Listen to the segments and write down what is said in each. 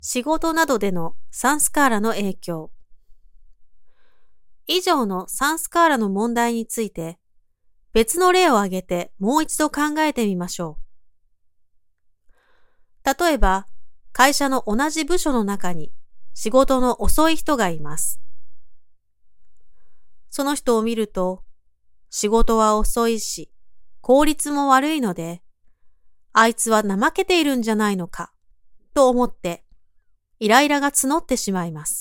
仕事などでのサンスカーラの影響。以上のサンスカーラの問題について、別の例を挙げてもう一度考えてみましょう。例えば、会社の同じ部署の中に仕事の遅い人がいます。その人を見ると、仕事は遅いし、効率も悪いので、あいつは怠けているんじゃないのか、と思って、イライラが募ってしまいます。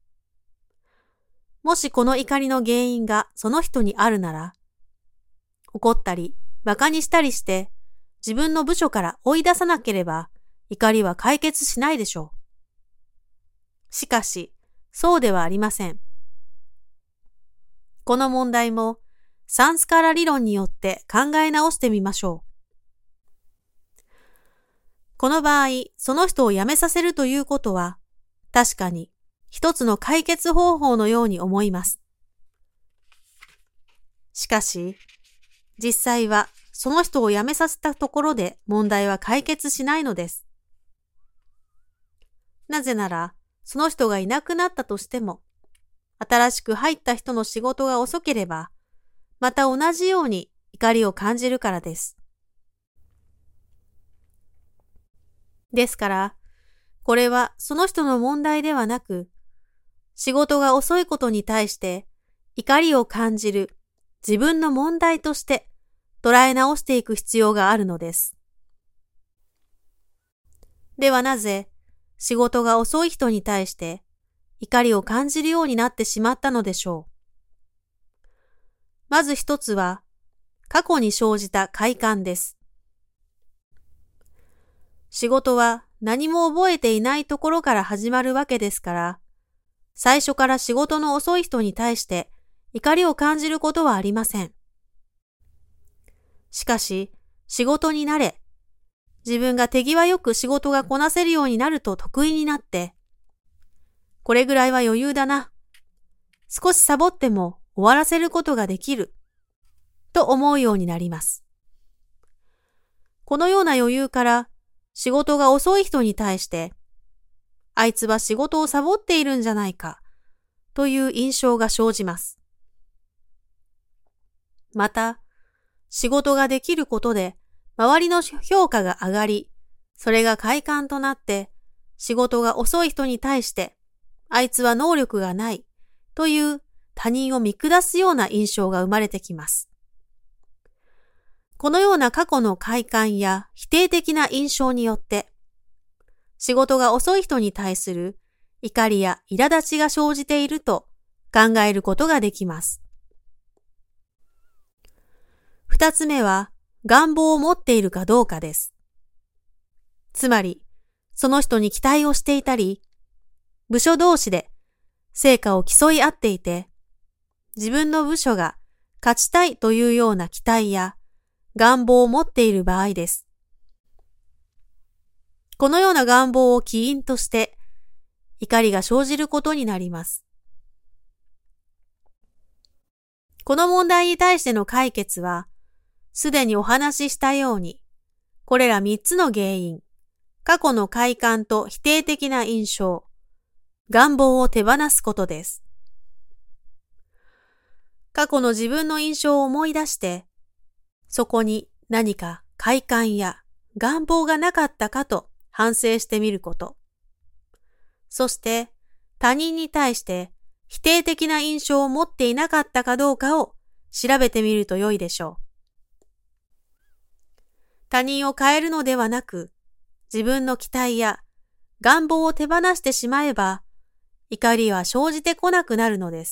もしこの怒りの原因がその人にあるなら、怒ったり、馬鹿にしたりして、自分の部署から追い出さなければ、怒りは解決しないでしょう。しかし、そうではありません。この問題も、サンスカーラ理論によって考え直してみましょう。この場合、その人を辞めさせるということは、確かに一つの解決方法のように思います。しかし、実際はその人を辞めさせたところで問題は解決しないのです。なぜなら、その人がいなくなったとしても、新しく入った人の仕事が遅ければ、また同じように怒りを感じるからです。ですから、これはその人の問題ではなく、仕事が遅いことに対して怒りを感じる自分の問題として捉え直していく必要があるのです。ではなぜ仕事が遅い人に対して怒りを感じるようになってしまったのでしょう。まず一つは過去に生じた快感です。仕事は何も覚えていないところから始まるわけですから、最初から仕事の遅い人に対して怒りを感じることはありません。しかし、仕事に慣れ、自分が手際よく仕事がこなせるようになると得意になって、これぐらいは余裕だな。少しサボっても終わらせることができる。と思うようになります。このような余裕から仕事が遅い人に対して、あいつは仕事をサボっているんじゃないかという印象が生じます。また、仕事ができることで周りの評価が上がり、それが快感となって仕事が遅い人に対してあいつは能力がないという他人を見下すような印象が生まれてきます。このような過去の快感や否定的な印象によって、仕事が遅い人に対する怒りや苛立ちが生じていると考えることができます。二つ目は、願望を持っているかどうかです。つまり、その人に期待をしていたり、部署同士で成果を競い合っていて、自分の部署が勝ちたいというような期待や願望を持っている場合です。このような願望を起因として怒りが生じることになります。この問題に対しての解決は、すでにお話ししたように、これら3つの原因、過去の快感と否定的な印象、願望を手放すことです。過去の自分の印象を思い出して、そこに何か快感や願望がなかったかと反省してみること。そして他人に対して否定的な印象を持っていなかったかどうかを調べてみると良いでしょう。他人を変えるのではなく、自分の期待や願望を手放してしまえば、怒りは生じてこなくなるのです。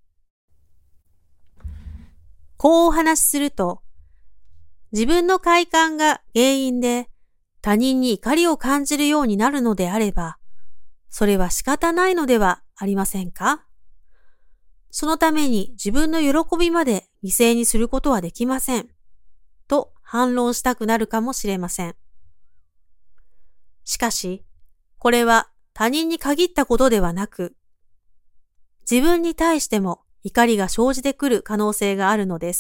こうお話しすると、自分の快感が原因で他人に怒りを感じるようになるのであれば、それは仕方ないのではありませんか？そのために自分の喜びまで犠牲にすることはできません。と反論したくなるかもしれません。しかし、これは他人に限ったことではなく、自分に対しても怒りが生じてくる可能性があるのです。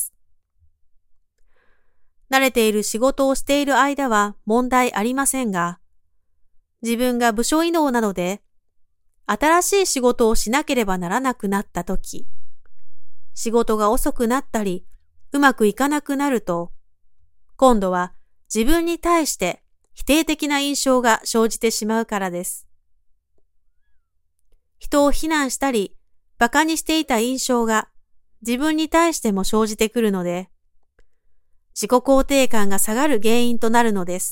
慣れている仕事をしている間は問題ありませんが、 自分が部署異動などで新しい仕事をしなければならなくなったとき、仕事が遅くなったり、うまくいかなくなると、今度は自分に対して否定的な印象が生じてしまうからです。人を非難したり、馬鹿にしていた印象が自分に対しても生じてくるので、自己肯定感が下がる原因となるのです。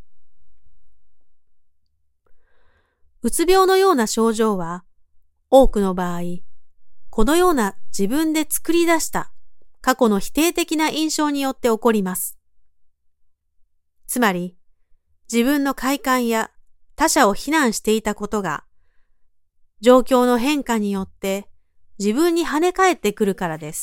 うつ病のような症状は、多くの場合、このような自分で作り出した過去の否定的な印象によって起こります。つまり、自分の快感や他者を非難していたことが、状況の変化によって自分に跳ね返ってくるからです。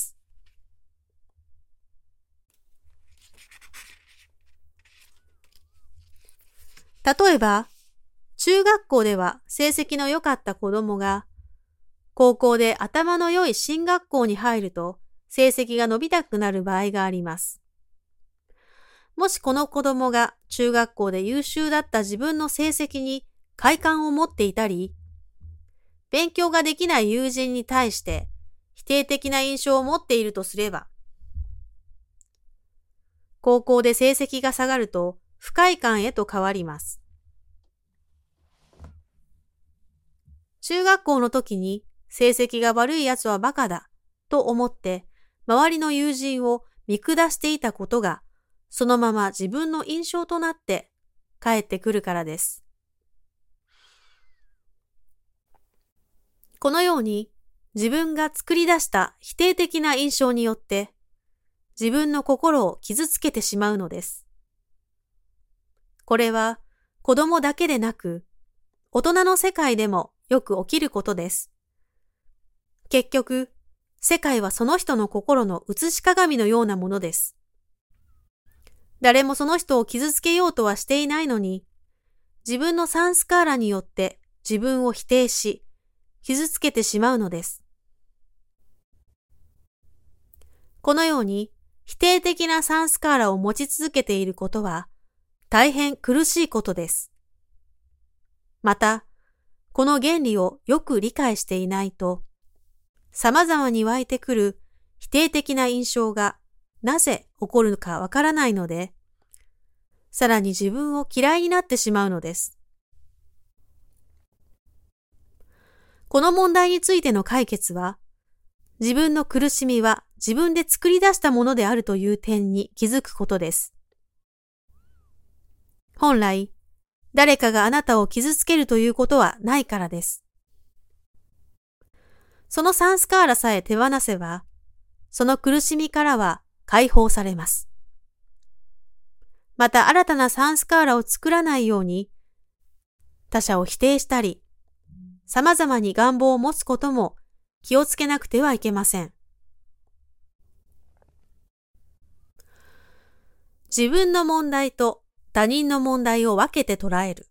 例えば、中学校では成績の良かった子供が、高校で頭の良い進学校に入ると成績が伸びたくなる場合があります。もしこの子供が中学校で優秀だった自分の成績に快感を持っていたり、勉強ができない友人に対して否定的な印象を持っているとすれば、高校で成績が下がると不快感へと変わります。中学校の時に成績が悪いやつはバカだと思って周りの友人を見下していたことがそのまま自分の印象となって返ってくるからです。このように自分が作り出した否定的な印象によって自分の心を傷つけてしまうのです。これは子供だけでなく大人の世界でもよく起きることです。結局、世界はその人の心の映し鏡のようなものです。誰もその人を傷つけようとはしていないのに、自分のサンスカーラによって自分を否定し、傷つけてしまうのです。このように否定的なサンスカーラを持ち続けていることは大変苦しいことです。また、この原理をよく理解していないと、様々に湧いてくる否定的な印象がなぜ起こるかわからないので、さらに自分を嫌いになってしまうのです。この問題についての解決は、自分の苦しみは自分で作り出したものであるという点に気づくことです。本来、誰かがあなたを傷つけるということはないからです。そのサンスカーラさえ手放せば、その苦しみからは解放されます。また新たなサンスカーラを作らないように、他者を否定したり、様々に願望を持つことも気をつけなくてはいけません。自分の問題と他人の問題を分けて捉える。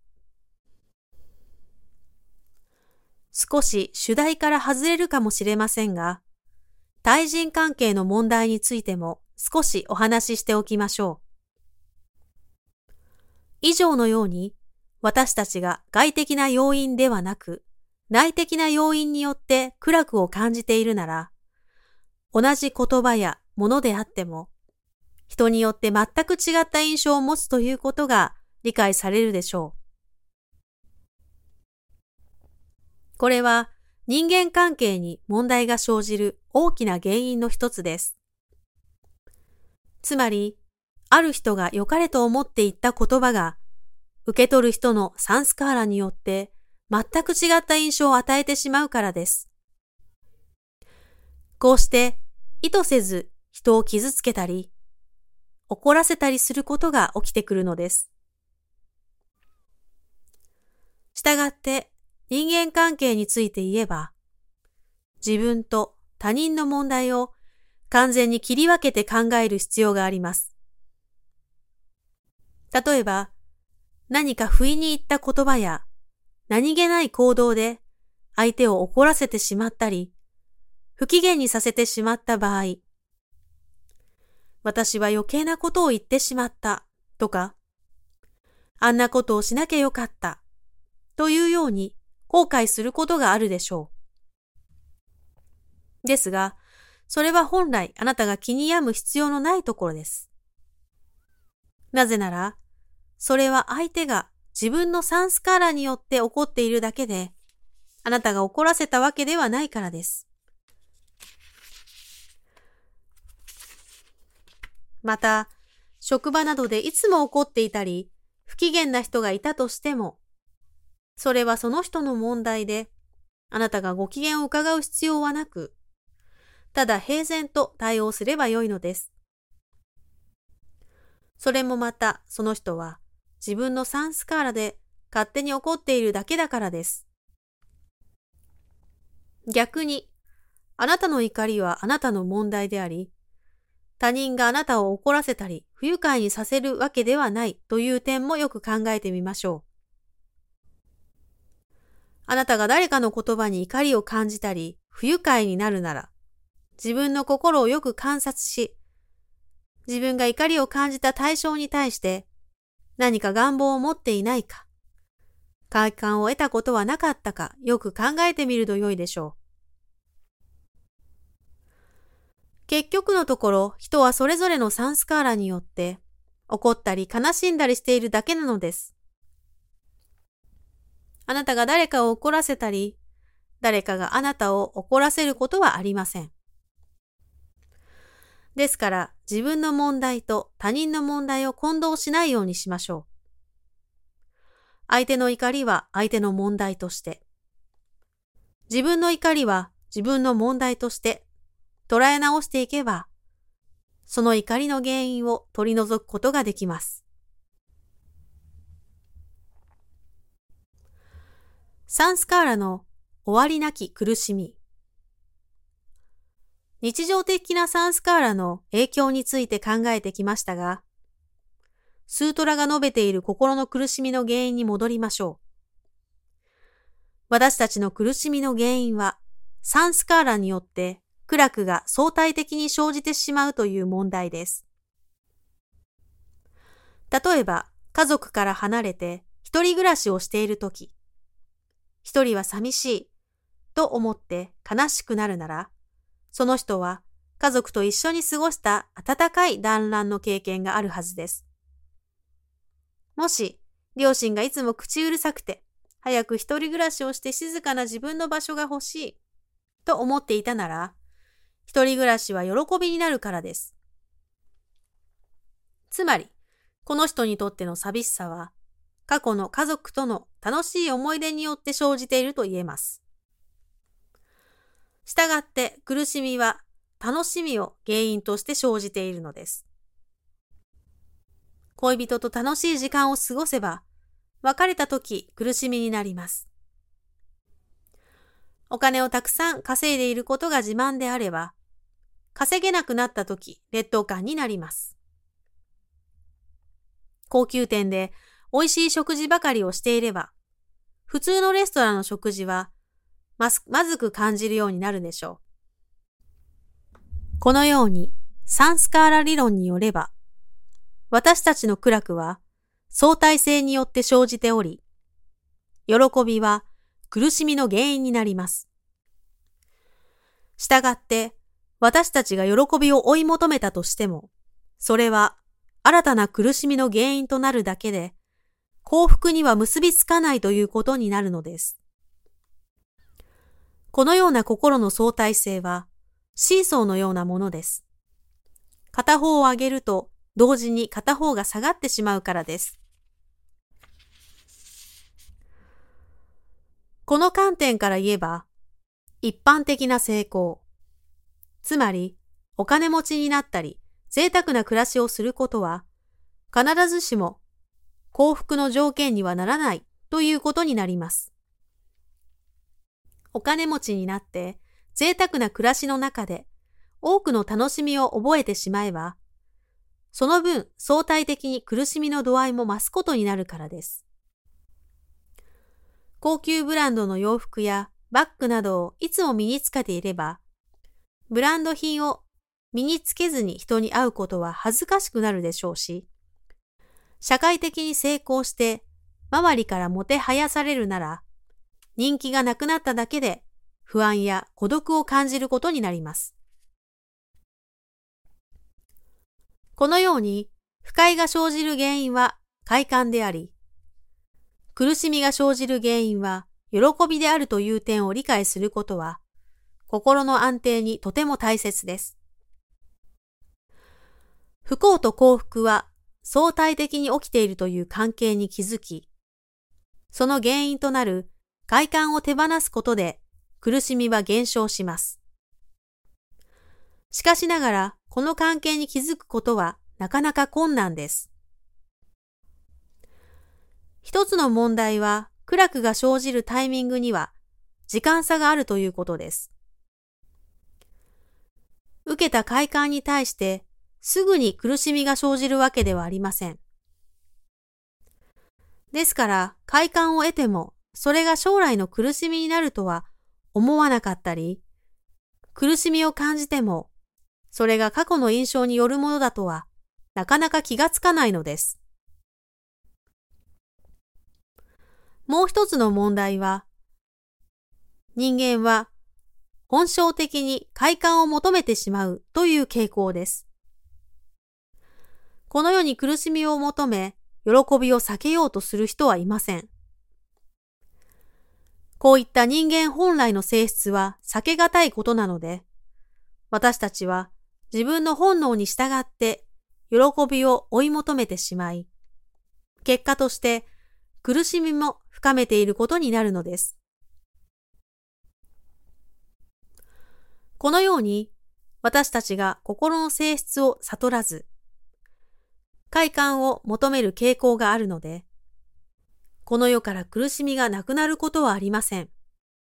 少し主題から外れるかもしれませんが、対人関係の問題についても少しお話ししておきましょう。以上のように、私たちが外的な要因ではなく、内的な要因によって苦楽を感じているなら、同じ言葉やものであっても、人によって全く違った印象を持つということが理解されるでしょう。これは人間関係に問題が生じる大きな原因の一つです。つまり、ある人が良かれと思って言った言葉が、受け取る人のサンスカーラによって全く違った印象を与えてしまうからです。こうして意図せず人を傷つけたり、怒らせたりすることが起きてくるのです。したがって人間関係について言えば、自分と他人の問題を完全に切り分けて考える必要があります。例えば、何か不意に言った言葉や何気ない行動で相手を怒らせてしまったり、不機嫌にさせてしまった場合、私は余計なことを言ってしまったとか、あんなことをしなきゃよかったというように後悔することがあるでしょう。ですが、それは本来あなたが気に病む必要のないところです。なぜなら、それは相手が自分のサンスカーラによって起こっているだけで、あなたが怒らせたわけではないからです。また、職場などでいつも怒っていたり、不機嫌な人がいたとしても、それはその人の問題で、あなたがご機嫌を伺う必要はなく、ただ平然と対応すればよいのです。それもまたその人は自分のサンスカーラで勝手に怒っているだけだからです。逆に、あなたの怒りはあなたの問題であり、他人があなたを怒らせたり不愉快にさせるわけではないという点もよく考えてみましょう。あなたが誰かの言葉に怒りを感じたり不愉快になるなら、自分の心をよく観察し、自分が怒りを感じた対象に対して何か願望を持っていないか、快感を得たことはなかったかよく考えてみると良いでしょう。結局のところ、人はそれぞれのサンスカーラによって怒ったり悲しんだりしているだけなのです。あなたが誰かを怒らせたり、誰かがあなたを怒らせることはありません。ですから自分の問題と他人の問題を混同しないようにしましょう。相手の怒りは相手の問題として、自分の怒りは自分の問題として捉え直していけば、その怒りの原因を取り除くことができます。サンスカーラの終わりなき苦しみ。日常的なサンスカーラの影響について考えてきましたが、スートラが述べている心の苦しみの原因に戻りましょう。私たちの苦しみの原因は、サンスカーラによって苦楽が相対的に生じてしまうという問題です。例えば、家族から離れて一人暮らしをしているとき、一人は寂しいと思って悲しくなるなら、その人は家族と一緒に過ごした温かい団らんの経験があるはずです。もし、両親がいつも口うるさくて、早く一人暮らしをして静かな自分の場所が欲しいと思っていたなら、一人暮らしは喜びになるからです。つまり、この人にとっての寂しさは、過去の家族との楽しい思い出によって生じていると言えます。したがって苦しみは楽しみを原因として生じているのです。恋人と楽しい時間を過ごせば、別れたとき苦しみになります。お金をたくさん稼いでいることが自慢であれば、稼げなくなったとき劣等感になります。高級店で美味しい食事ばかりをしていれば、普通のレストランの食事はまずく感じるようになるでしょう。このようにサンスカーラ理論によれば、私たちの苦楽は相対性によって生じており、喜びは苦しみの原因になります。したがって、私たちが喜びを追い求めたとしても、それは新たな苦しみの原因となるだけで、幸福には結びつかないということになるのです。このような心の相対性は、シーソーのようなものです。片方を上げると、同時に片方が下がってしまうからです。この観点から言えば、一般的な成功、つまりお金持ちになったり、贅沢な暮らしをすることは、必ずしも幸福の条件にはならないということになります。お金持ちになって贅沢な暮らしの中で多くの楽しみを覚えてしまえば、その分相対的に苦しみの度合いも増すことになるからです。高級ブランドの洋服やバッグなどをいつも身につけていれば、ブランド品を身につけずに人に会うことは恥ずかしくなるでしょうし、社会的に成功して周りからもてはやされるなら、人気がなくなっただけで不安や孤独を感じることになります。このように、不快が生じる原因は快感であり、苦しみが生じる原因は喜びであるという点を理解することは、心の安定にとても大切です。不幸と幸福は相対的に起きているという関係に気づき、その原因となる快感を手放すことで苦しみは減少します。しかしながら、この関係に気づくことはなかなか困難です。一つの問題は、苦楽が生じるタイミングには時間差があるということです。受けた快感に対してすぐに苦しみが生じるわけではありません。ですから、快感を得ても、それが将来の苦しみになるとは思わなかったり、苦しみを感じても、それが過去の印象によるものだとは、なかなか気がつかないのです。もう一つの問題は、人間は本性的に快感を求めてしまうという傾向です。この世に苦しみを求め、喜びを避けようとする人はいません。こういった人間本来の性質は避けがたいことなので、私たちは自分の本能に従って喜びを追い求めてしまい、結果として苦しみも深めていることになるのです。このように私たちが心の性質を悟らず、快感を求める傾向があるので、この世から苦しみがなくなることはありません。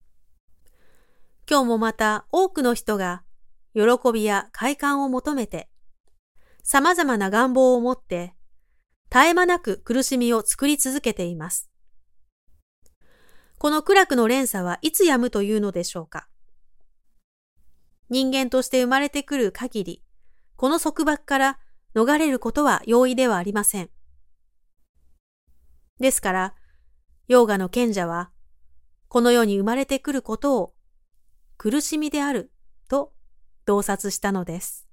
今日もまた多くの人が喜びや快感を求めて、様々な願望を持って絶え間なく苦しみを作り続けています。この苦楽の連鎖はいつ止むというのでしょうか。人間として生まれてくる限り、この束縛から逃れることは容易ではありません。ですから、ヨーガの賢者は、この世に生まれてくることを苦しみであると洞察したのです。